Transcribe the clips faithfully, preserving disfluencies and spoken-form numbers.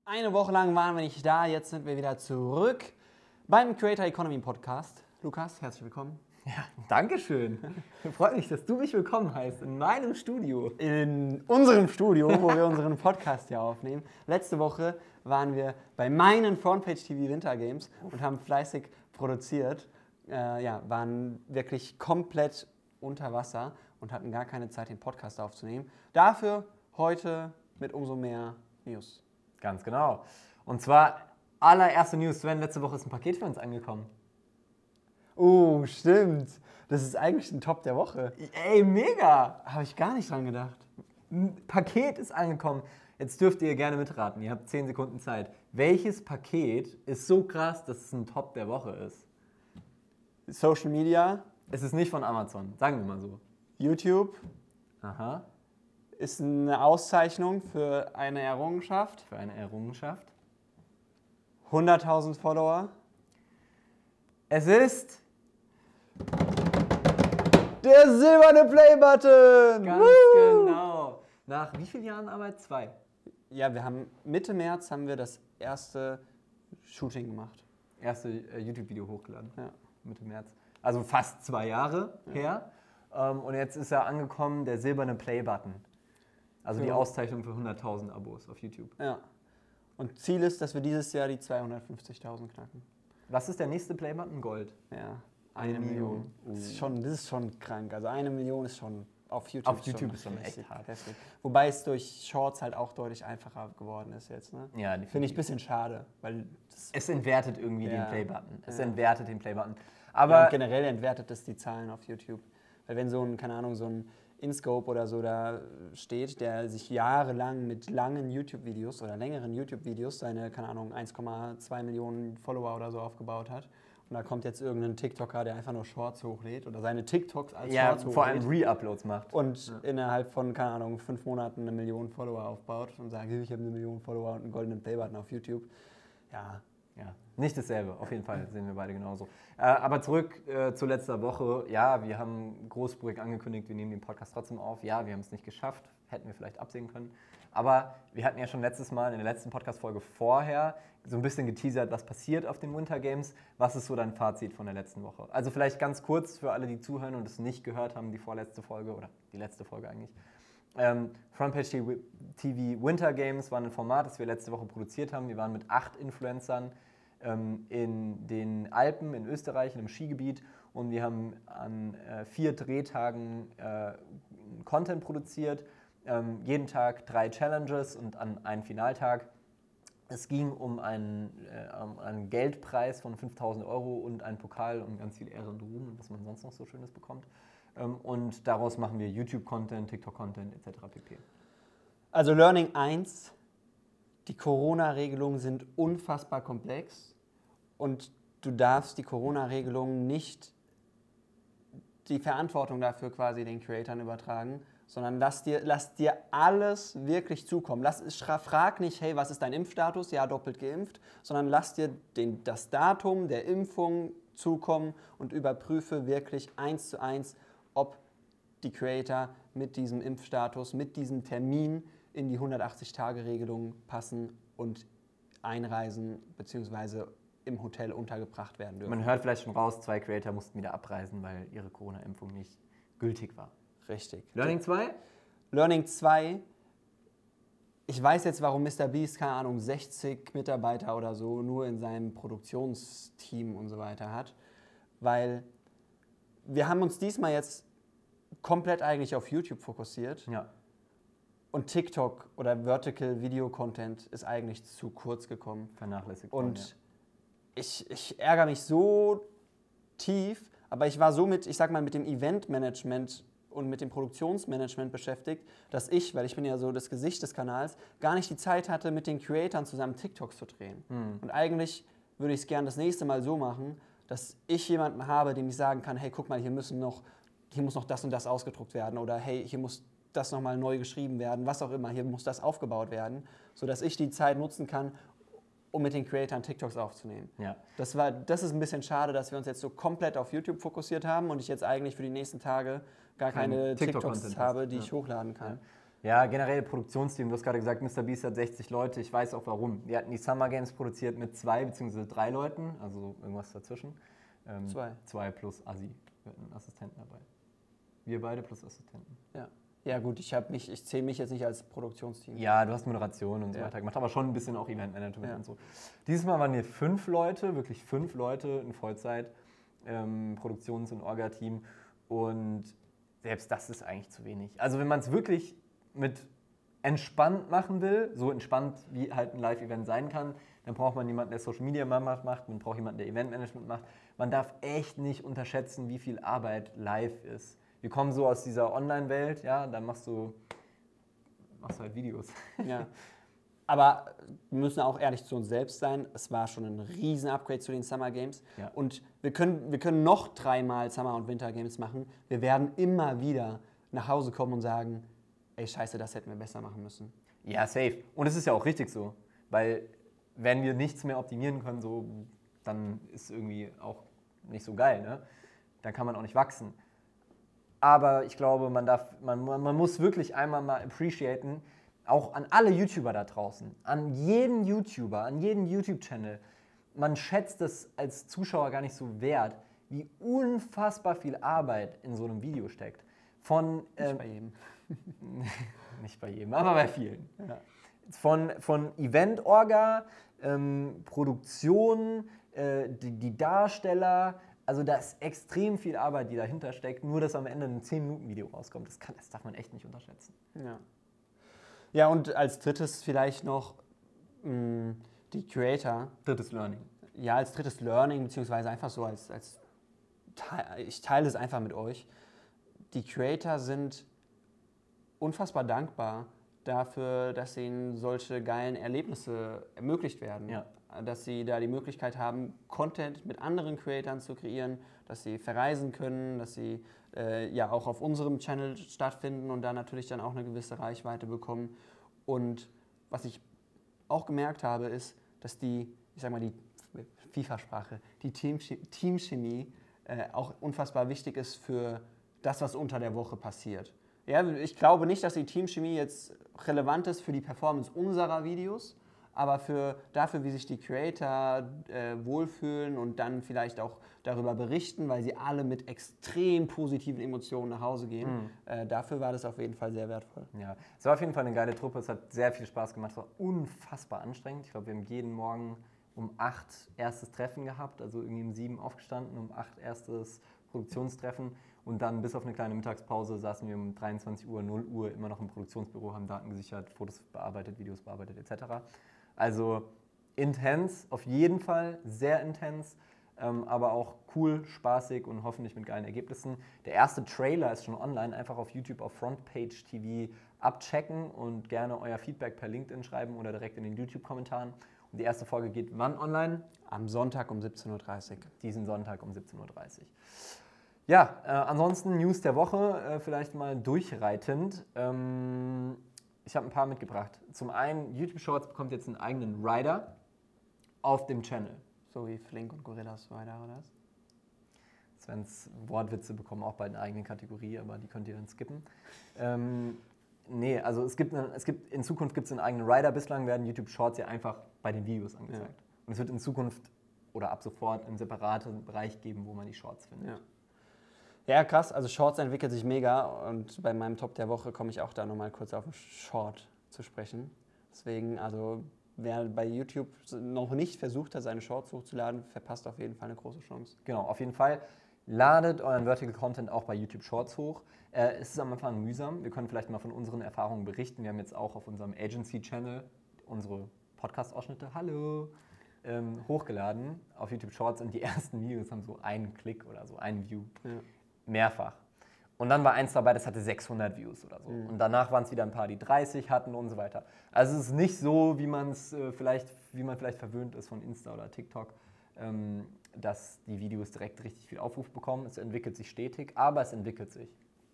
Eine Woche lang waren wir nicht da, jetzt sind wir wieder zurück beim Creator Economy Podcast. Lukas, herzlich willkommen. Ja, danke schön. Freut mich, dass du mich willkommen heißt in meinem Studio. In unserem Studio, wo wir unseren Podcast hier aufnehmen. Letzte Woche waren wir bei meinen Frontpage T V Winter Games und haben fleißig produziert. Äh, ja, waren wirklich komplett unter Wasser und hatten gar keine Zeit, den Podcast aufzunehmen. Dafür heute mit umso mehr News. Ganz genau. Und zwar allererste News. Sven, letzte Woche ist ein Paket für uns angekommen. Oh, stimmt. Das ist eigentlich ein Top der Woche. Ey, mega! Habe ich gar nicht dran gedacht. Ein Paket ist angekommen. Jetzt dürft ihr gerne mitraten. Ihr habt zehn Sekunden Zeit. Welches Paket ist so krass, dass es ein Top der Woche ist? Social Media. Es ist nicht von Amazon, sagen wir mal so. YouTube. Aha. Ist eine Auszeichnung für eine Errungenschaft. Für eine Errungenschaft. hunderttausend Follower. Es ist der silberne Playbutton! Ganz Woo! genau. Nach wie vielen Jahren Arbeit? Zwei. Ja, wir haben Mitte März haben wir das erste Shooting gemacht. Erste äh, YouTube-Video hochgeladen. Ja. Mitte März. Also fast zwei Jahre ja. her. Ähm, und jetzt ist er angekommen, der silberne Playbutton. Also die Auszeichnung für hunderttausend Abos auf YouTube. Ja. Und Ziel ist, dass wir dieses Jahr die zweihundertfünfzigtausend knacken. Was ist der nächste Playbutton? Gold. Ja, eine, eine Million. Million. Uh. Das, ist schon, das ist schon krank. Also eine Million ist schon auf YouTube, auf YouTube schon ist schon richtig, echt hart. Heftig. Wobei es durch Shorts halt auch deutlich einfacher geworden ist jetzt. Ne? Ja, finde ich ein bisschen schade. Weil das es entwertet irgendwie ja. den Playbutton. Es ja. entwertet den Playbutton. Aber ja, generell entwertet es die Zahlen auf YouTube. Weil wenn so ein, keine Ahnung, so ein InScope oder so da steht, der sich jahrelang mit langen YouTube-Videos oder längeren YouTube-Videos seine, keine Ahnung, eins Komma zwei Millionen Follower oder so aufgebaut hat. Und da kommt jetzt irgendein TikToker, der einfach nur Shorts hochlädt oder seine TikToks als ja, Shorts hochlädt. vor allem Re-Uploads macht. Und ja. innerhalb von, keine Ahnung, fünf Monaten eine Million Follower aufbaut und sagt, ich habe eine Million Follower und einen goldenen Playbutton auf YouTube. Ja. Ja, nicht dasselbe, auf jeden Fall, sehen wir beide genauso. Äh, aber zurück äh, zu letzter Woche. Ja, wir haben großspurig angekündigt, wir nehmen den Podcast trotzdem auf. Ja, wir haben es nicht geschafft, hätten wir vielleicht absehen können. Aber wir hatten ja schon letztes Mal in der letzten Podcast-Folge vorher so ein bisschen geteasert, was passiert auf den Winter Games. Was ist so dein Fazit von der letzten Woche? Also vielleicht ganz kurz für alle, die zuhören und es nicht gehört haben, die vorletzte Folge oder die letzte Folge eigentlich. Ähm, Frontpage T V Winter Games war ein Format, das wir letzte Woche produziert haben. Wir waren mit acht Influencern ähm, in den Alpen in Österreich, in einem Skigebiet, und wir haben an äh, vier Drehtagen äh, Content produziert, ähm, jeden Tag drei Challenges und an einen Finaltag. Es ging um einen, äh, um einen Geldpreis von fünftausend Euro und einen Pokal und ganz viel Ehre und Ruhm, was man sonst noch so Schönes bekommt. Ähm, und daraus machen wir YouTube-Content, TikTok-Content et cetera pp. Also Learning eins, die Corona-Regelungen sind unfassbar komplex und du darfst die Corona-Regelungen nicht die Verantwortung dafür quasi den Creatoren übertragen, sondern lass dir, lass dir alles wirklich zukommen. Lass, frag nicht, hey, was ist dein Impfstatus? Ja, doppelt geimpft. Sondern lass dir den, das Datum der Impfung zukommen und überprüfe wirklich eins zu eins, ob die Creator mit diesem Impfstatus, mit diesem Termin in die hundertachtzig-Tage-Regelung passen und einreisen bzw. im Hotel untergebracht werden dürfen. Man hört vielleicht schon raus, zwei Creator mussten wieder abreisen, weil ihre Corona-Impfung nicht gültig war. Richtig. Learning zwei? Learning zwei. Ich weiß jetzt, warum Mister Beast, keine Ahnung, sechzig Mitarbeiter oder so nur in seinem Produktionsteam und so weiter hat. Weil wir haben uns diesmal jetzt komplett eigentlich auf YouTube fokussiert. Ja. Und TikTok oder Vertical Video Content ist eigentlich zu kurz gekommen. Vernachlässigt. Und ja. ich, ich ärgere mich so tief, aber ich war so mit, ich sag mal, mit dem Eventmanagement und mit dem Produktionsmanagement beschäftigt, dass ich, weil ich bin ja so das Gesicht des Kanals, gar nicht die Zeit hatte, mit den Creatoren zusammen TikToks zu drehen. Mhm. Und eigentlich würde ich es gerne das nächste Mal so machen, dass ich jemanden habe, dem ich sagen kann, hey, guck mal, hier müssen noch, hier muss noch das und das ausgedruckt werden oder hey, hier muss das nochmal neu geschrieben werden, was auch immer, hier muss das aufgebaut werden, sodass ich die Zeit nutzen kann, um mit den Creatoren TikToks aufzunehmen. Ja. Das, war, das ist ein bisschen schade, dass wir uns jetzt so komplett auf YouTube fokussiert haben und ich jetzt eigentlich für die nächsten Tage gar keine TikToks habe, die ja. ich hochladen kann. Ja, generell Produktionsteam. Du hast gerade gesagt, Mister Beast hat sechzig Leute. Ich weiß auch warum. Wir hatten die Summer Games produziert mit zwei bzw. drei Leuten, also irgendwas dazwischen. Ähm, Zwei. Zwei plus Assi. Wir hatten einen Assistenten dabei. Wir beide plus Assistenten. Ja. Ja gut, ich, hab mich, ich zähle mich jetzt nicht als Produktionsteam. Ja, du hast Moderation und so Ja. weiter gemacht, aber schon ein bisschen auch Eventmanagement Ja. und so. Dieses Mal waren wir fünf Leute, wirklich fünf Leute in Vollzeit, ähm, Produktions- und Orga-Team. Und selbst das ist eigentlich zu wenig. Also wenn man es wirklich mit entspannt machen will, so entspannt wie halt ein Live-Event sein kann, dann braucht man jemanden, der Social Media macht, man braucht jemanden, der Eventmanagement macht. Man darf echt nicht unterschätzen, wie viel Arbeit live ist. Wir kommen so aus dieser Online-Welt, ja, da machst du, machst du halt Videos. Ja. Aber wir müssen auch ehrlich zu uns selbst sein. Es war schon ein riesen Upgrade zu den Summer Games. Ja. Und wir können, wir können noch dreimal Summer und Winter Games machen. Wir werden immer wieder nach Hause kommen und sagen, ey scheiße, das hätten wir besser machen müssen. Ja, safe. Und es ist ja auch richtig so. Weil wenn wir nichts mehr optimieren können, so, dann ist irgendwie auch nicht so geil. Ne? Dann kann man auch nicht wachsen. Aber ich glaube, man, darf, man, man muss wirklich einmal mal appreciaten, auch an alle YouTuber da draußen, an jeden YouTuber, an jeden YouTube-Channel. Man schätzt es als Zuschauer gar nicht so wert, wie unfassbar viel Arbeit in so einem Video steckt. Von, Nicht ähm, bei jedem. nicht bei jedem, aber bei vielen. Ja. Von, von Event-Orga, ähm, Produktion, äh, die, die Darsteller, also da ist extrem viel Arbeit, die dahinter steckt, nur dass am Ende ein zehn Minuten Video rauskommt. Das, kann, das darf man echt nicht unterschätzen. Ja. Ja, und als drittes vielleicht noch mh, die Creator. Drittes Learning. Ja, als drittes Learning, beziehungsweise einfach so als, als ich teile es einfach mit euch. Die Creator sind unfassbar dankbar dafür, dass ihnen solche geilen Erlebnisse ermöglicht werden. Ja. Dass sie da die Möglichkeit haben, Content mit anderen Creatoren zu kreieren, dass sie verreisen können, dass sie äh, ja auch auf unserem Channel stattfinden und da natürlich dann auch eine gewisse Reichweite bekommen. Und was ich auch gemerkt habe, ist, dass die, ich sag mal, die FIFA-Sprache, die Teamchemie äh, auch unfassbar wichtig ist für das, was unter der Woche passiert. Ja, ich glaube nicht, dass die Teamchemie jetzt relevant ist für die Performance unserer Videos, aber für, dafür, wie sich die Creator äh, wohlfühlen und dann vielleicht auch darüber berichten, weil sie alle mit extrem positiven Emotionen nach Hause gehen. Mhm. Äh, dafür war das auf jeden Fall sehr wertvoll. Ja, es war auf jeden Fall eine geile Truppe, es hat sehr viel Spaß gemacht, es war unfassbar anstrengend. Ich glaube, wir haben jeden Morgen um acht erstes Treffen gehabt, also irgendwie um sieben aufgestanden, um acht erstes Produktionstreffen und dann bis auf eine kleine Mittagspause saßen wir um dreiundzwanzig Uhr, null Uhr immer noch im Produktionsbüro, haben Daten gesichert, Fotos bearbeitet, Videos bearbeitet et cetera. Also intens, auf jeden Fall, sehr intens, ähm, aber auch cool, spaßig und hoffentlich mit geilen Ergebnissen. Der erste Trailer ist schon online, einfach auf YouTube auf Frontpage T V abchecken und gerne euer Feedback per LinkedIn schreiben oder direkt in den YouTube-Kommentaren. Und die erste Folge geht wann online? Am Sonntag um siebzehn Uhr dreißig. Diesen Sonntag um siebzehn Uhr dreißig. Ja, äh, ansonsten News der Woche, äh, vielleicht mal durchreitend. Ähm, ich habe ein paar mitgebracht. Zum einen, YouTube Shorts bekommt jetzt einen eigenen Rider auf dem Channel. So wie Flink und Gorillas Rider, oder? Svens Wortwitze bekommen auch bald eine eigene Kategorie, aber die könnt ihr dann skippen. Ähm, nee, also es gibt, eine, es gibt in Zukunft gibt es einen eigenen Rider. Bislang werden YouTube Shorts ja einfach bei den Videos angezeigt. Ja. Und es wird in Zukunft oder ab sofort einen separaten Bereich geben, wo man die Shorts findet. Ja. Ja, krass. Also Shorts entwickelt sich mega und bei meinem Top der Woche komme ich auch da nochmal kurz auf den Short zu sprechen. Deswegen, also wer bei YouTube noch nicht versucht hat, seine Shorts hochzuladen, verpasst auf jeden Fall eine große Chance. Genau, auf jeden Fall. Ladet euren Vertical Content auch bei YouTube Shorts hoch. Äh, es ist am Anfang mühsam. Wir können vielleicht mal von unseren Erfahrungen berichten. Wir haben jetzt auch auf unserem Agency-Channel unsere Podcast-Ausschnitte, hallo, ähm, hochgeladen auf YouTube Shorts und die ersten Videos haben so einen Klick oder so, einen View. Ja. Mehrfach. Und dann war eins dabei, das hatte sechshundert Views oder so. Mhm. Und danach waren es wieder ein paar, die dreißig hatten und so weiter. Also es ist nicht so, wie man es äh, vielleicht, wie man vielleicht verwöhnt ist von Insta oder TikTok, ähm, dass die Videos direkt richtig viel Aufruf bekommen. Es entwickelt sich stetig, aber es entwickelt sich.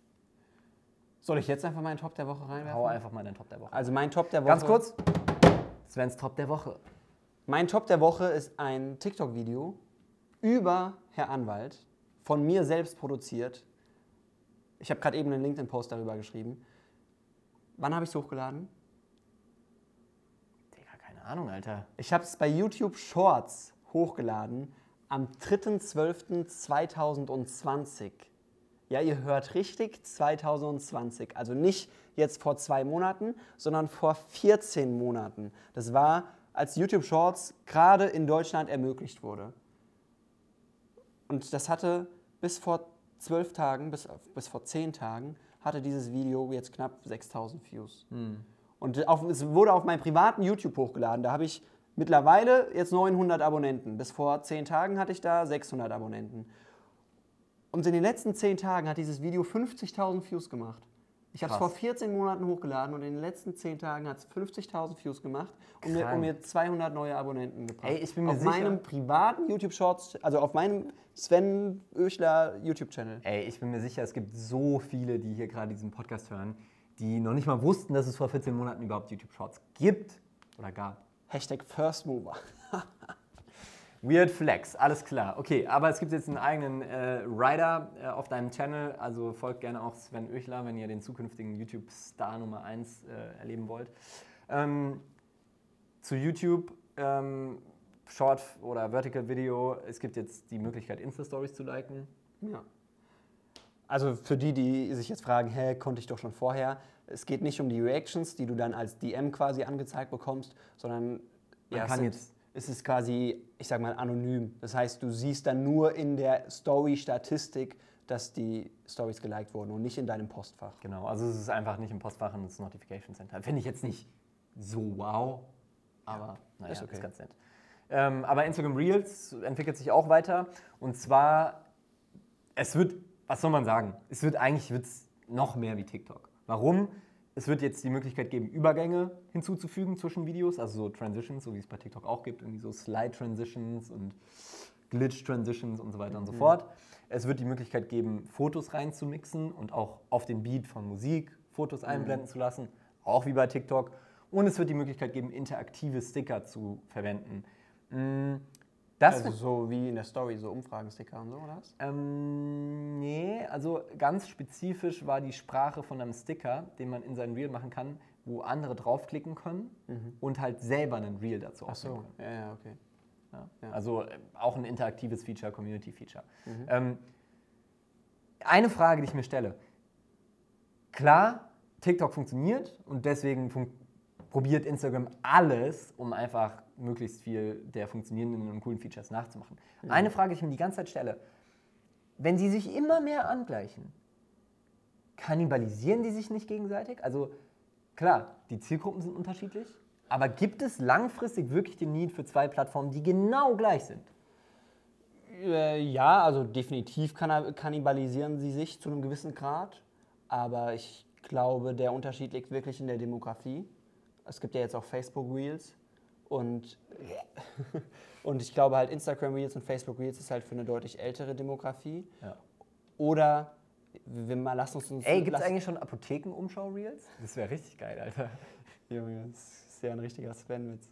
Soll ich jetzt einfach meinen Top der Woche reinwerfen? Hau einfach mal deinen Top der Woche. Also mein Top der Woche... Ganz kurz, Svens Top der Woche. Mein Top der Woche ist ein TikTok-Video über Herr Anwalt, von mir selbst produziert. Ich habe gerade eben einen LinkedIn-Post darüber geschrieben. Wann habe ich es hochgeladen? Digga, keine Ahnung, Alter. Ich habe es bei YouTube Shorts hochgeladen am dritter zwölfter zweitausendzwanzig. Ja, ihr hört richtig, zweitausendzwanzig. Also nicht jetzt vor zwei Monaten, sondern vor vierzehn Monaten. Das war, als YouTube Shorts gerade in Deutschland ermöglicht wurde. Und das hatte bis vor zwölf Tagen, bis, bis vor zehn Tagen, hatte dieses Video jetzt knapp sechstausend Views. Hm. Und auf, es wurde auf meinem privaten YouTube hochgeladen. Da habe ich mittlerweile jetzt neunhundert Abonnenten. Bis vor zehn Tagen hatte ich da sechshundert Abonnenten. Und in den letzten zehn Tagen hat dieses Video fünfzigtausend Views gemacht. Ich habe es vor vierzehn Monaten hochgeladen und in den letzten zehn Tagen hat es fünfzigtausend Views gemacht und mir, und mir zweihundert neue Abonnenten gebracht. Ey, ich bin mir auf sicher, meinem privaten YouTube-Shorts, also auf meinem Sven Oechler YouTube-Channel. Ey, ich bin mir sicher, es gibt so viele, die hier gerade diesen Podcast hören, die noch nicht mal wussten, dass es vor vierzehn Monaten überhaupt YouTube-Shorts gibt oder gab. Hashtag First Mover. Weird Flex, alles klar. Okay, aber es gibt jetzt einen eigenen äh, Rider äh, auf deinem Channel, also folgt gerne auch Sven Oechler, wenn ihr den zukünftigen YouTube-Star Nummer eins äh, erleben wollt. Ähm, zu YouTube, ähm, Short oder Vertical Video, es gibt jetzt die Möglichkeit, Insta-Stories zu liken. Ja. Also für die, die sich jetzt fragen, hä, konnte ich doch schon vorher. Es geht nicht um die Reactions, die du dann als D M quasi angezeigt bekommst, sondern Man ja, kann es, jetzt sind, es ist quasi, ich sag mal, anonym. Das heißt, du siehst dann nur in der Story-Statistik, dass die Stories geliked wurden und nicht in deinem Postfach. Genau, also es ist einfach nicht im Postfach und das Notification Center. Finde ich jetzt nicht so wow, aber ja, naja, ist, okay. ist ganz nett. Ähm, aber Instagram Reels entwickelt sich auch weiter und zwar, es wird, was soll man sagen, es wird eigentlich wird's noch mehr wie TikTok. Warum? Es wird jetzt die Möglichkeit geben, Übergänge hinzuzufügen zwischen Videos, also so Transitions, so wie es bei TikTok auch gibt, irgendwie so Slide-Transitions und Glitch-Transitions und so weiter und so fort. Es wird die Möglichkeit geben, Fotos reinzumixen und auch auf den Beat von Musik Fotos einblenden mhm. zu lassen, auch wie bei TikTok. Und es wird die Möglichkeit geben, interaktive Sticker zu verwenden. Das also so wie in der Story, so Umfragensticker und so, oder was? Ähm, nee, also ganz spezifisch war die Sprache von einem Sticker, den man in sein Reel machen kann, wo andere draufklicken können mhm. und halt selber einen Reel dazu aufnehmen können. Ach so, ja, ja, okay. Ja. Ja. Also äh, auch ein interaktives Feature, Community-Feature. Mhm. Ähm, eine Frage, die ich mir stelle. Klar, TikTok funktioniert und deswegen fun- probiert Instagram alles, um einfach möglichst viel der funktionierenden und coolen Features nachzumachen. Mhm. Eine Frage, die ich mir die ganze Zeit stelle. Wenn sie sich immer mehr angleichen, kannibalisieren die sich nicht gegenseitig? Also klar, die Zielgruppen sind unterschiedlich, aber gibt es langfristig wirklich den Need für zwei Plattformen, die genau gleich sind? Äh, ja, also definitiv kannibalisieren sie sich zu einem gewissen Grad, aber ich glaube, der Unterschied liegt wirklich in der Demografie. Es gibt ja jetzt auch Facebook Reels. Und, und ich glaube halt Instagram Reels und Facebook Reels ist halt für eine deutlich ältere Demografie. Ja. Oder wir mal lassen uns... uns Ey, gibt es eigentlich schon Apotheken-Umschau-Reels? Das wäre richtig geil, Alter. Junge, das ist ja ein richtiger Sven-Witz.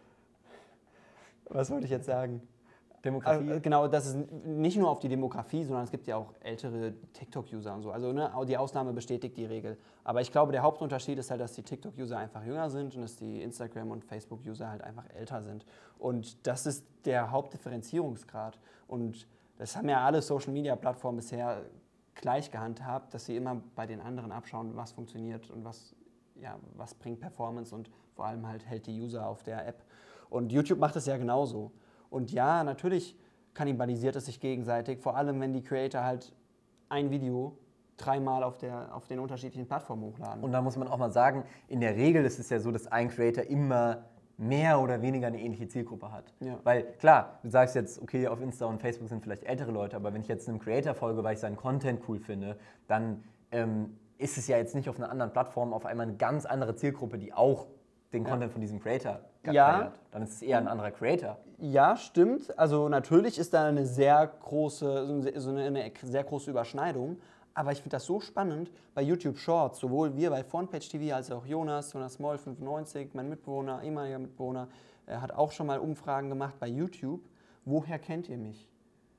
Was wollte ich jetzt sagen? Demografie? Also, genau, das ist nicht nur auf die Demografie, sondern es gibt ja auch ältere TikTok-User und so. Also ne, die Ausnahme bestätigt die Regel. Aber ich glaube, der Hauptunterschied ist halt, dass die TikTok-User einfach jünger sind und dass die Instagram- und Facebook-User halt einfach älter sind. Und das ist der Hauptdifferenzierungsgrad. Und das haben ja alle Social-Media-Plattformen bisher gleich gehandhabt, dass sie immer bei den anderen abschauen, was funktioniert und was, ja, was bringt Performance und vor allem halt hält die User auf der App. Und YouTube macht es ja genauso. Und ja, natürlich kannibalisiert es sich gegenseitig, vor allem wenn die Creator halt ein Video dreimal auf, der, auf den unterschiedlichen Plattformen hochladen. Und da muss man auch mal sagen, in der Regel ist es ja so, dass ein Creator immer mehr oder weniger eine ähnliche Zielgruppe hat. Ja. Weil klar, du sagst jetzt, okay, auf Insta und Facebook sind vielleicht ältere Leute, aber wenn ich jetzt einem Creator folge, weil ich seinen Content cool finde, dann ähm, ist es ja jetzt nicht auf einer anderen Plattform auf einmal eine ganz andere Zielgruppe, die auch den Content ja. von diesem Creator ja. feiert. Dann ist es eher ein anderer Creator. Ja, stimmt. Also natürlich ist da eine sehr große, so eine, eine sehr große Überschneidung. Aber ich finde das so spannend bei YouTube Shorts, sowohl wir bei Frontpage T V als auch Jonas, Jonas Moll fünfundneunzig, mein Mitbewohner, ehemaliger Mitbewohner, er hat auch schon mal Umfragen gemacht bei YouTube. Woher kennt ihr mich?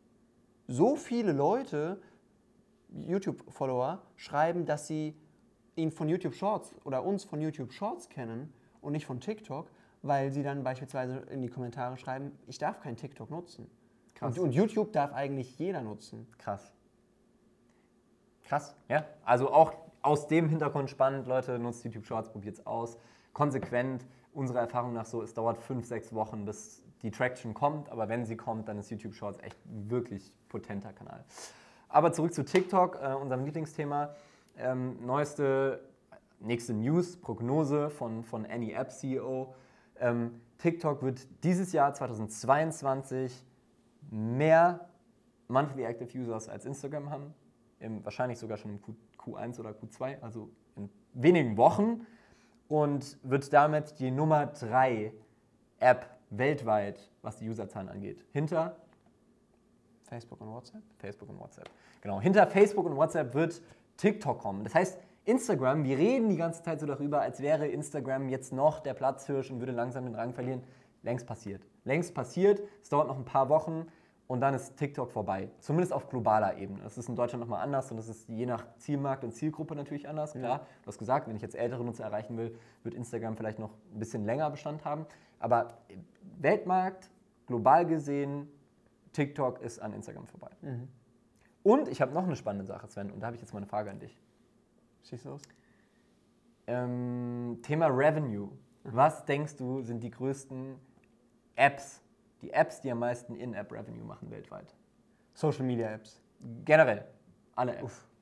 So viele Leute, YouTube-Follower, schreiben, dass sie ihn von YouTube Shorts oder uns von YouTube Shorts kennen und nicht von TikTok, weil sie dann beispielsweise in die Kommentare schreiben, ich darf kein TikTok nutzen. Krass. Und, und YouTube darf eigentlich jeder nutzen. Krass. Krass, ja. Also auch aus dem Hintergrund spannend, Leute, nutzt YouTube Shorts, probiert es aus. Konsequent, unserer Erfahrung nach so, es dauert fünf, sechs Wochen, bis die Traction kommt, aber wenn sie kommt, dann ist YouTube Shorts echt wirklich potenter Kanal. Aber zurück zu TikTok, äh, unserem Lieblingsthema. Ähm, neueste, nächste News, Prognose von, von Any App C E O. Ähm, TikTok wird dieses Jahr zweitausendzweiundzwanzig mehr Monthly Active Users als Instagram haben. Im, wahrscheinlich sogar schon im Q, Q1 oder Q zwei, also in wenigen Wochen. Und wird damit die Nummer drei App weltweit, was die Userzahlen angeht. Hinter Facebook und WhatsApp? Facebook und WhatsApp. Genau, hinter Facebook und WhatsApp wird TikTok kommen. Das heißt, Instagram, wir reden die ganze Zeit so darüber, als wäre Instagram jetzt noch der Platzhirsch und würde langsam den Rang verlieren. Längst passiert. Längst passiert, es dauert noch ein paar Wochen und dann ist TikTok vorbei. Zumindest auf globaler Ebene. Das ist in Deutschland nochmal anders und das ist je nach Zielmarkt und Zielgruppe natürlich anders. Klar, du hast gesagt, wenn ich jetzt ältere Nutzer erreichen will, wird Instagram vielleicht noch ein bisschen länger Bestand haben. Aber Weltmarkt, global gesehen, TikTok ist an Instagram vorbei. Mhm. Und ich habe noch eine spannende Sache, Sven, und da habe ich jetzt mal eine Frage an dich. Schieß los. Ähm, Thema Revenue. Was denkst du, sind die größten Apps, die Apps, die am meisten In-App-Revenue machen weltweit? Social Media Apps. Generell, alle Apps. Uff.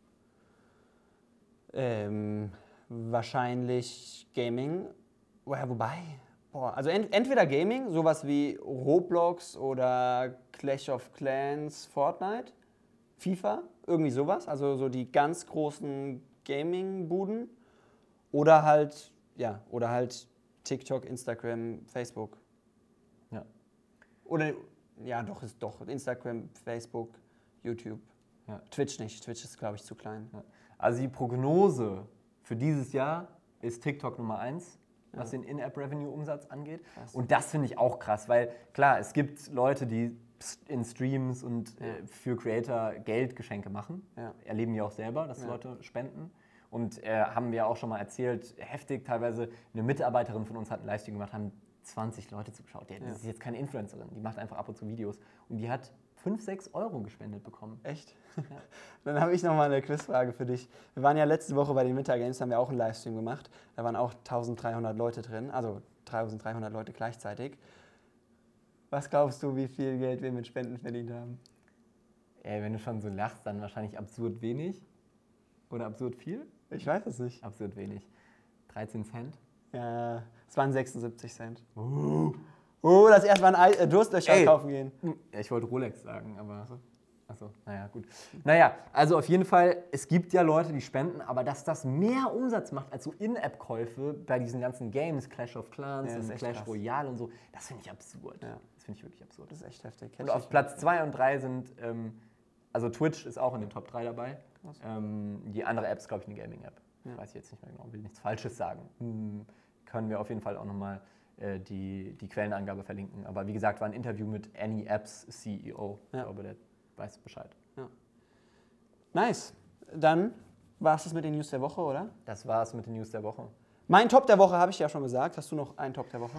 Ähm, wahrscheinlich Gaming. Ja, wobei, boah, also ent entweder Gaming, sowas wie Roblox oder Clash of Clans, Fortnite, FIFA, irgendwie sowas, also so die ganz großen Gaming-Buden. Oder halt, ja, oder halt TikTok, Instagram, Facebook. Ja. Oder, ja, doch, ist doch Instagram, Facebook, YouTube. Ja. Twitch nicht, Twitch ist, glaube ich, zu klein. Ja. Also die Prognose für dieses Jahr ist TikTok Nummer eins, was Ja. den In-App-Revenue-Umsatz angeht. Krass. Und das finde ich auch krass, weil klar, es gibt Leute, die in Streams und Ja. äh, für Creator Geldgeschenke machen. Ja. Erleben wir auch selber, dass Ja. Leute spenden. Und äh, haben wir auch schon mal erzählt, heftig teilweise, eine Mitarbeiterin von uns hat einen Livestream gemacht, haben zwanzig Leute zugeschaut. Die, Ja. Das ist jetzt keine Influencerin, die macht einfach ab und zu Videos. Und die hat fünf, sechs Euro gespendet bekommen. Echt? Dann habe ich noch mal eine Quizfrage für dich. Wir waren ja letzte Woche bei den Winter Games, haben wir auch einen Livestream gemacht. Da waren auch dreizehnhundert Leute drin, also dreizehnhundert Leute gleichzeitig. Was glaubst du, wie viel Geld wir mit Spenden verdient haben? Ey, wenn du schon so lachst, dann wahrscheinlich absurd wenig. Oder absurd viel? Ich weiß es nicht. Absurd wenig. dreizehn Cent? Ja, es waren sechsundsiebzig Cent. Oh, das erste Mal ein Ei- äh, Durstlöcher Ey. kaufen gehen. Ja, ich wollte Rolex sagen, aber... Achso, naja, gut. Naja, also auf jeden Fall, es gibt ja Leute, die spenden, aber dass das mehr Umsatz macht als so In-App-Käufe bei diesen ganzen Games, Clash of Clans Ja, das ist und echt Clash krass. Royale und so, das finde ich absurd. Ja. Das finde ich wirklich absurd. Das ist echt heftig. Hätte Und ich auf nicht Platz zwei und drei sind, ähm, also Twitch ist auch in den Top drei dabei. Krass. Ähm, die andere App ist, glaube ich, eine Gaming-App. Ja. Weiß ich jetzt nicht mehr genau, will nichts Falsches sagen. Hm, können wir auf jeden Fall auch nochmal äh, die, die Quellenangabe verlinken. Aber wie gesagt, war ein Interview mit Any Apps C E O. Ja. Ich glaube, der weiß Bescheid. Nice. Dann war es das mit den News der Woche, oder? Das war's mit den News der Woche. Mein Top der Woche habe ich ja schon gesagt. Hast du noch einen Top der Woche?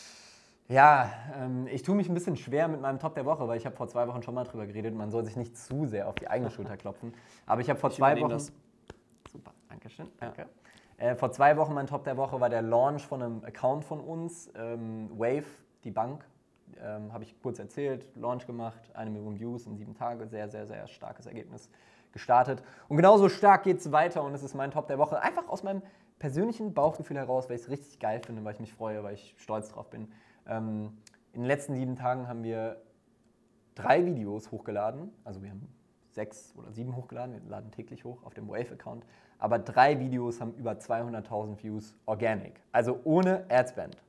Ja, ähm, ich tue mich ein bisschen schwer mit meinem Top der Woche, weil ich habe vor zwei Wochen schon mal drüber geredet. Man soll sich nicht zu sehr auf die eigene Schulter klopfen. Aber ich habe vor Ich zwei übernehme Wochen... das. Super, danke schön. Danke. Äh, vor zwei Wochen mein Top der Woche war der Launch von einem Account von uns, ähm, Wave, die Bank. Ähm, habe ich kurz erzählt, Launch gemacht, eine Million Views in sieben Tagen, sehr, sehr, sehr starkes Ergebnis gestartet. Und genauso stark geht es weiter und es ist mein Top der Woche. Einfach aus meinem persönlichen Bauchgefühl heraus, weil ich es richtig geil finde, weil ich mich freue, weil ich stolz drauf bin. Ähm, in den letzten sieben Tagen haben wir drei Videos hochgeladen. Also wir haben sechs oder sieben hochgeladen, wir laden täglich hoch auf dem Wave-Account. Aber drei Videos haben über zweihunderttausend Views organic, also ohne Adspend.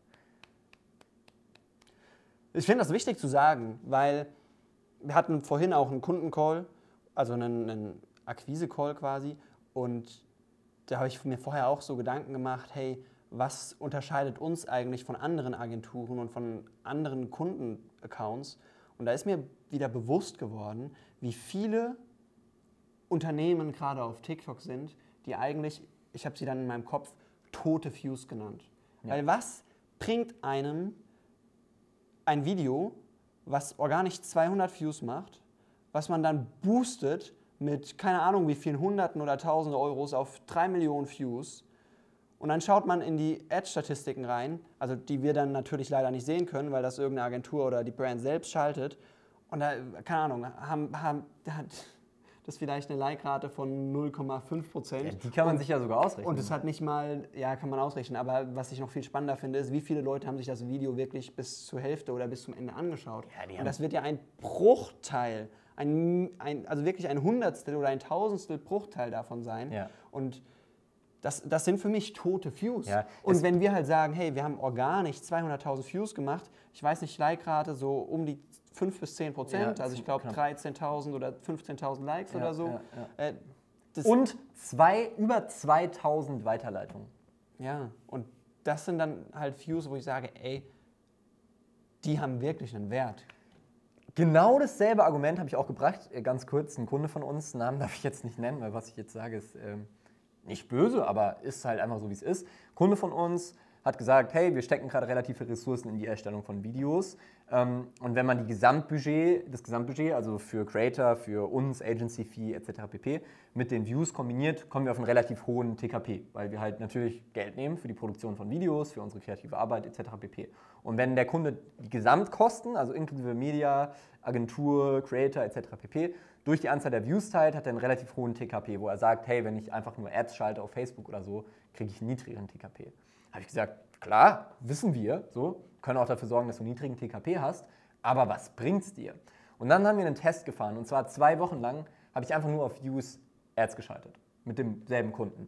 Ich finde das wichtig zu sagen, weil wir hatten vorhin auch einen Kundencall, also einen, einen Akquise-Call quasi. Und da habe ich mir vorher auch so Gedanken gemacht, hey, was unterscheidet uns eigentlich von anderen Agenturen und von anderen Kundenaccounts? Und da ist mir wieder bewusst geworden, wie viele Unternehmen gerade auf TikTok sind, die eigentlich, ich habe sie dann in meinem Kopf tote Views genannt. Ja. Weil was bringt einem ein Video, was organisch zweihundert Views macht, was man dann boostet mit keine Ahnung wie vielen Hunderten oder Tausende Euros auf drei Millionen Views und dann schaut man in die Ad-Statistiken rein, also die wir dann natürlich leider nicht sehen können, weil das irgendeine Agentur oder die Brand selbst schaltet und da, keine Ahnung, haben, haben, hat das vielleicht eine Like-Rate von null Komma fünf Prozent. Ja, die kann man und, sich ja sogar ausrechnen. Und es hat nicht mal, ja, kann man ausrechnen, aber was ich noch viel spannender finde, ist, wie viele Leute haben sich das Video wirklich bis zur Hälfte oder bis zum Ende angeschaut. Ja, die und das wird ja ein Bruchteil, ein, ein, also wirklich ein Hundertstel oder ein Tausendstel Bruchteil davon sein. Ja. Und das, das sind für mich tote Views. Ja, und wenn wir halt sagen, hey, wir haben organisch zweihunderttausend Views gemacht, ich weiß nicht, Like-Rate so um die fünf bis zehn Prozent, Ja, also ich glaube dreizehntausend oder fünfzehntausend Likes Ja, oder so. ja, ja. Äh, das, Und zwei, über zweitausend Weiterleitungen. ja, und das sind dann halt Views, wo ich sage, ey, die haben wirklich einen Wert. Genau dasselbe Argument habe ich auch gebracht. Ganz kurz, ein Kunde von uns, Namen darf ich jetzt nicht nennen, weil was ich jetzt sage, ist ähm, nicht böse, aber ist halt einfach so, wie es ist. Kunde von uns hat gesagt, hey, wir stecken gerade relativ viele Ressourcen in die Erstellung von Videos. Ähm, und wenn man die Gesamtbudget, das Gesamtbudget, also für Creator, für uns, Agency-Fee et cetera pp., mit den Views kombiniert, kommen wir auf einen relativ hohen T K P, weil wir halt natürlich Geld nehmen für die Produktion von Videos, für unsere kreative Arbeit et cetera pp. Und wenn der Kunde die Gesamtkosten, also inklusive Media, Agentur, Creator et cetera pp., durch die Anzahl der Views teilt, hat er einen relativ hohen T K P, wo er sagt, hey, wenn ich einfach nur Ads schalte auf Facebook oder so, kriege ich einen niedrigeren T K P. Habe ich gesagt, klar, wissen wir, so, können auch dafür sorgen, dass du einen niedrigen T K P hast, aber was bringt's dir? Und dann haben wir einen Test gefahren und zwar zwei Wochen lang habe ich einfach nur auf Views Ads geschaltet, mit demselben Kunden.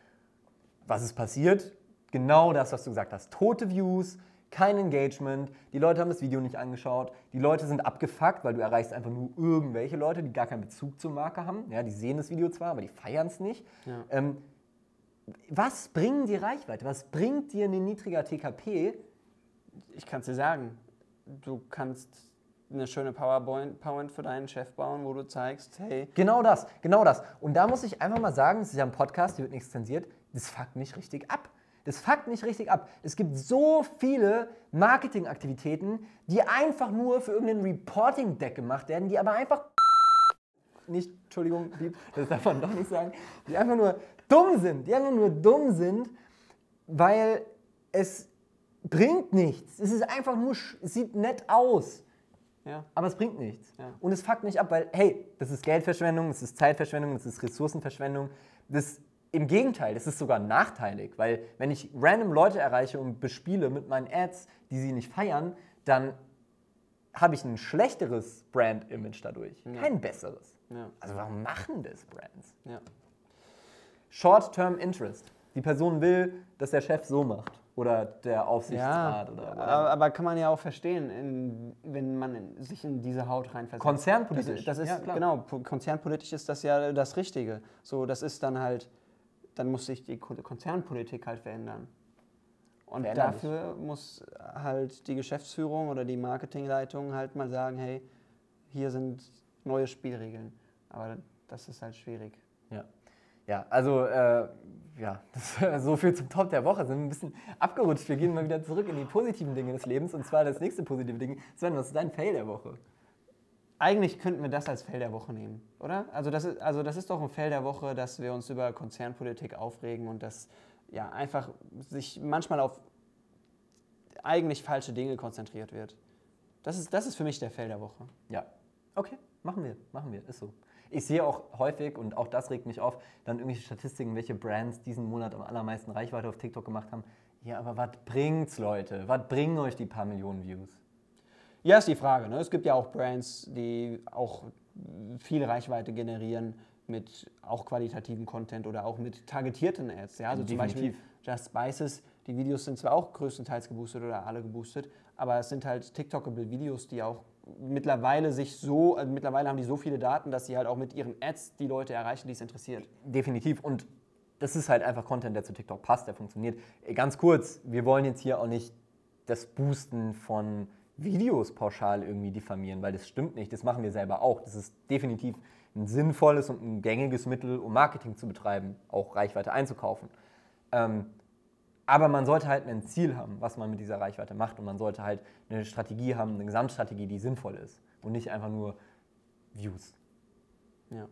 Was ist passiert? Genau das, was du gesagt hast. Tote Views, kein Engagement, die Leute haben das Video nicht angeschaut, die Leute sind abgefuckt, weil du erreichst einfach nur irgendwelche Leute, die gar keinen Bezug zur Marke haben. Ja, die sehen das Video zwar, aber die feiern es nicht. Ja. Ähm, was bringt dir Reichweite? Was bringt dir ein niedriger T K P? Ich kann es dir sagen, du kannst eine schöne PowerPoint PowerPoint für deinen Chef bauen, wo du zeigst, hey, Genau das, genau das. Und da muss ich einfach mal sagen, das ist ja ein Podcast, hier wird nichts zensiert, das fuckt nicht richtig ab. Das fuckt nicht richtig ab. Es gibt so viele Marketingaktivitäten, die einfach nur für irgendein Reporting-Deck gemacht werden, die aber einfach nicht, Entschuldigung, Piep, das darf man doch nicht sagen, die einfach nur dumm sind, die einfach nur dumm sind, weil es bringt nichts. Es ist einfach nur, es sieht nett aus, ja, aber es bringt nichts. Ja. Und es fuckt nicht ab, weil, hey, das ist Geldverschwendung, das ist Zeitverschwendung, das ist Ressourcenverschwendung. Das, im Gegenteil, das ist sogar nachteilig, weil wenn ich random Leute erreiche und bespiele mit meinen Ads, die sie nicht feiern, dann habe ich ein schlechteres Brand-Image dadurch, Ja. kein besseres. ja, Also warum machen das Brands? ja. Short-Term Interest. Die Person will, dass der Chef so macht oder der Aufsichtsrat Ja, oder aber, aber kann man ja auch verstehen, in, wenn man in, sich in diese Haut reinversetzt. Konzernpolitisch. Das, das ist, Ja, klar. genau, po- konzernpolitisch ist das ja das Richtige. So, das ist dann halt, dann muss sich die Ko- Konzernpolitik halt verändern. Und Veränderlich. dafür muss halt die Geschäftsführung oder die Marketingleitung halt mal sagen, hey, hier sind neue Spielregeln. Aber das ist halt schwierig. Ja, ja also äh, ja, das, so viel zum Top der Woche. Sind ein bisschen abgerutscht. Wir gehen mal wieder zurück in die positiven Dinge des Lebens. Und zwar das nächste positive Ding. Sven, was ist dein Fail der Woche? Eigentlich könnten wir das als Fail der Woche nehmen, oder? Also das ist, also das ist doch ein Fail der Woche, dass wir uns über Konzernpolitik aufregen und dass ja, einfach sich manchmal auf eigentlich falsche Dinge konzentriert wird. Das ist, das ist für mich der Fail der Woche. Ja, okay, machen wir, machen wir, ist so. Ich sehe auch häufig, und auch das regt mich auf, dann irgendwelche Statistiken, welche Brands diesen Monat am allermeisten Reichweite auf TikTok gemacht haben. Ja, aber was bringt's, Leute? Was bringen euch die paar Millionen Views? Ja, ist die Frage. Ne? Es gibt ja auch Brands, die auch viel Reichweite generieren mit auch qualitativen Content oder auch mit targetierten Ads. Ja? Also zum Beispiel Definitiv. Just Spices, die Videos sind zwar auch größtenteils geboostet oder alle geboostet, aber es sind halt TikTokable Videos, die auch mittlerweile sich so, also mittlerweile haben die so viele Daten, dass sie halt auch mit ihren Ads die Leute erreichen, die es interessiert. Definitiv. Und das ist halt einfach Content, der zu TikTok passt, der funktioniert. Ganz kurz, wir wollen jetzt hier auch nicht das Boosten von Videos pauschal irgendwie diffamieren, weil das stimmt nicht. Das machen wir selber auch. Das ist definitiv ein sinnvolles und ein gängiges Mittel, um Marketing zu betreiben, auch Reichweite einzukaufen. Ähm, aber man sollte halt ein Ziel haben, was man mit dieser Reichweite macht und man sollte halt eine Strategie haben, eine Gesamtstrategie, die sinnvoll ist und nicht einfach nur Views. Ja.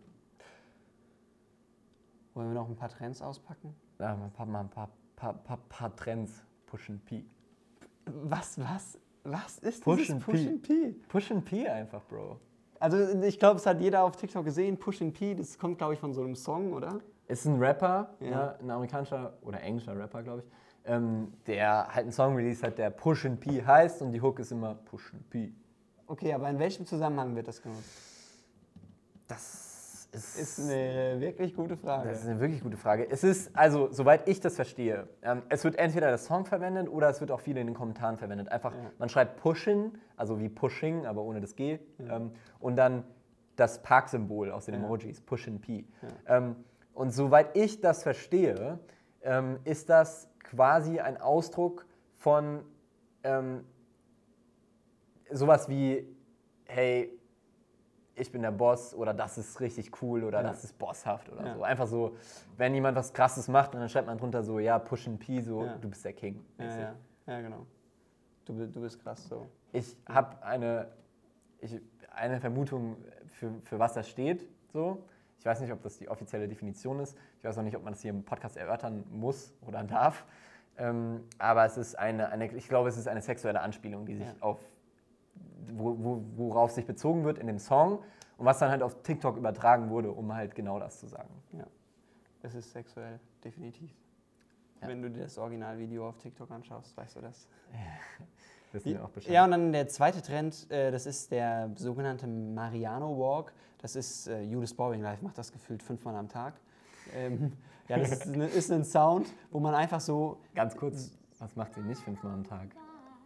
Wollen wir noch ein paar Trends auspacken? Ja, ein paar, mal ein paar, paar, paar, paar Trends. Push and P. Was, was, was ist Push dieses and Push P. and P? Push and P einfach, Bro. Also ich glaube, es hat jeder auf TikTok gesehen, Push and P, das kommt, glaube ich, von so einem Song, oder? Ist ein Rapper, Ja. ja, ein amerikanischer oder englischer Rapper, glaube ich, ähm, der halt einen Song released hat, der Push and P heißt und die Hook ist immer Push and P. Okay, aber in welchem Zusammenhang wird das genutzt? Das ist, Ist eine wirklich gute Frage. Das ist eine wirklich gute Frage. Es ist, also, soweit ich das verstehe, ähm, es wird entweder der Song verwendet oder es wird auch viel in den Kommentaren verwendet. Einfach, Ja. man schreibt Pushin, also wie Pushing, aber ohne das G. Ja. Ähm, und dann das Park-Symbol aus den Ja. Emojis, Push and P. Ja. Ähm, und soweit ich das verstehe, ähm, ist das quasi ein Ausdruck von ähm, sowas wie, hey, ich bin der Boss oder das ist richtig cool oder Ja. das ist bosshaft oder Ja. so. Einfach so, wenn jemand was Krasses macht, dann schreibt man drunter so, ja, Push and P, so, Ja. du bist der King. Ja, mäßig. ja, ja, genau. Du, bi- du bist krass so. Ich habe eine, ich, eine Vermutung, für, für was das steht. So. Ich weiß nicht, ob das die offizielle Definition ist. Ich weiß auch nicht, ob man das hier im Podcast erörtern muss oder darf. Ähm, aber es ist eine, eine, ich glaube, es ist eine sexuelle Anspielung, die sich Ja. auf, wo, wo, worauf sich bezogen wird in dem Song und was dann halt auf TikTok übertragen wurde, um halt genau das zu sagen. Ja. Es ist sexuell, definitiv. Ja. Wenn du dir das Originalvideo auf TikTok anschaust, weißt du das. Wissen wir auch Bescheid. Ja, und dann der zweite Trend, äh, das ist der sogenannte Mariano Walk. Das ist, äh, Judith Boring Live macht das gefühlt fünfmal am Tag. Ähm, ja, das ist, ne- ist ein Sound, wo man einfach so, Ganz kurz, was macht sie nicht fünfmal am Tag?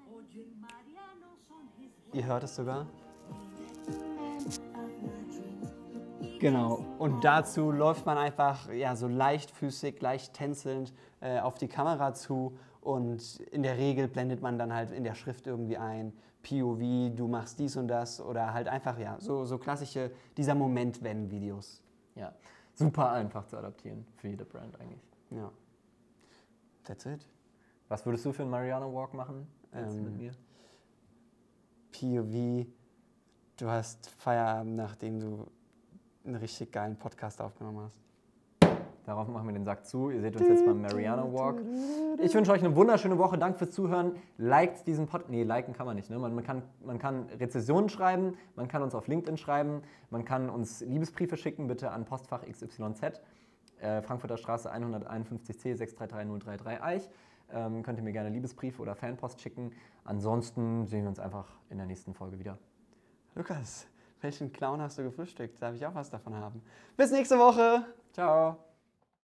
ihr hört es sogar. Genau, und dazu läuft man einfach ja, so leichtfüßig, leicht tänzelnd äh, auf die Kamera zu und in der Regel blendet man dann halt in der Schrift irgendwie ein, P O V, du machst dies und das oder halt einfach ja, so, so klassische, dieser Moment-Wenn-Videos. Ja, super einfach zu adaptieren für jede Brand eigentlich. Ja, that's it. Was würdest du für einen Mariano Walk machen? Jetzt Ähm, mit mir? P O V, du hast Feierabend, nachdem du einen richtig geilen Podcast aufgenommen hast. Darauf machen wir den Sack zu. Ihr seht uns jetzt beim Mariano Walk. Ich wünsche euch eine wunderschöne Woche. Danke fürs Zuhören. Liked diesen Podcast. Nee, liken kann man nicht. Ne? Man, man, kann, man kann Rezensionen schreiben, man kann uns auf LinkedIn schreiben, man kann uns Liebesbriefe schicken, bitte an Postfach X Y Z, äh, Frankfurter Straße hunderteinundfünfzig C sechs drei drei null drei drei Eich. Ähm, könnt ihr mir gerne Liebesbriefe oder Fanpost schicken. Ansonsten sehen wir uns einfach in der nächsten Folge wieder. Lukas, welchen Clown hast du gefrühstückt? Darf ich auch was davon haben? Bis nächste Woche! Ciao!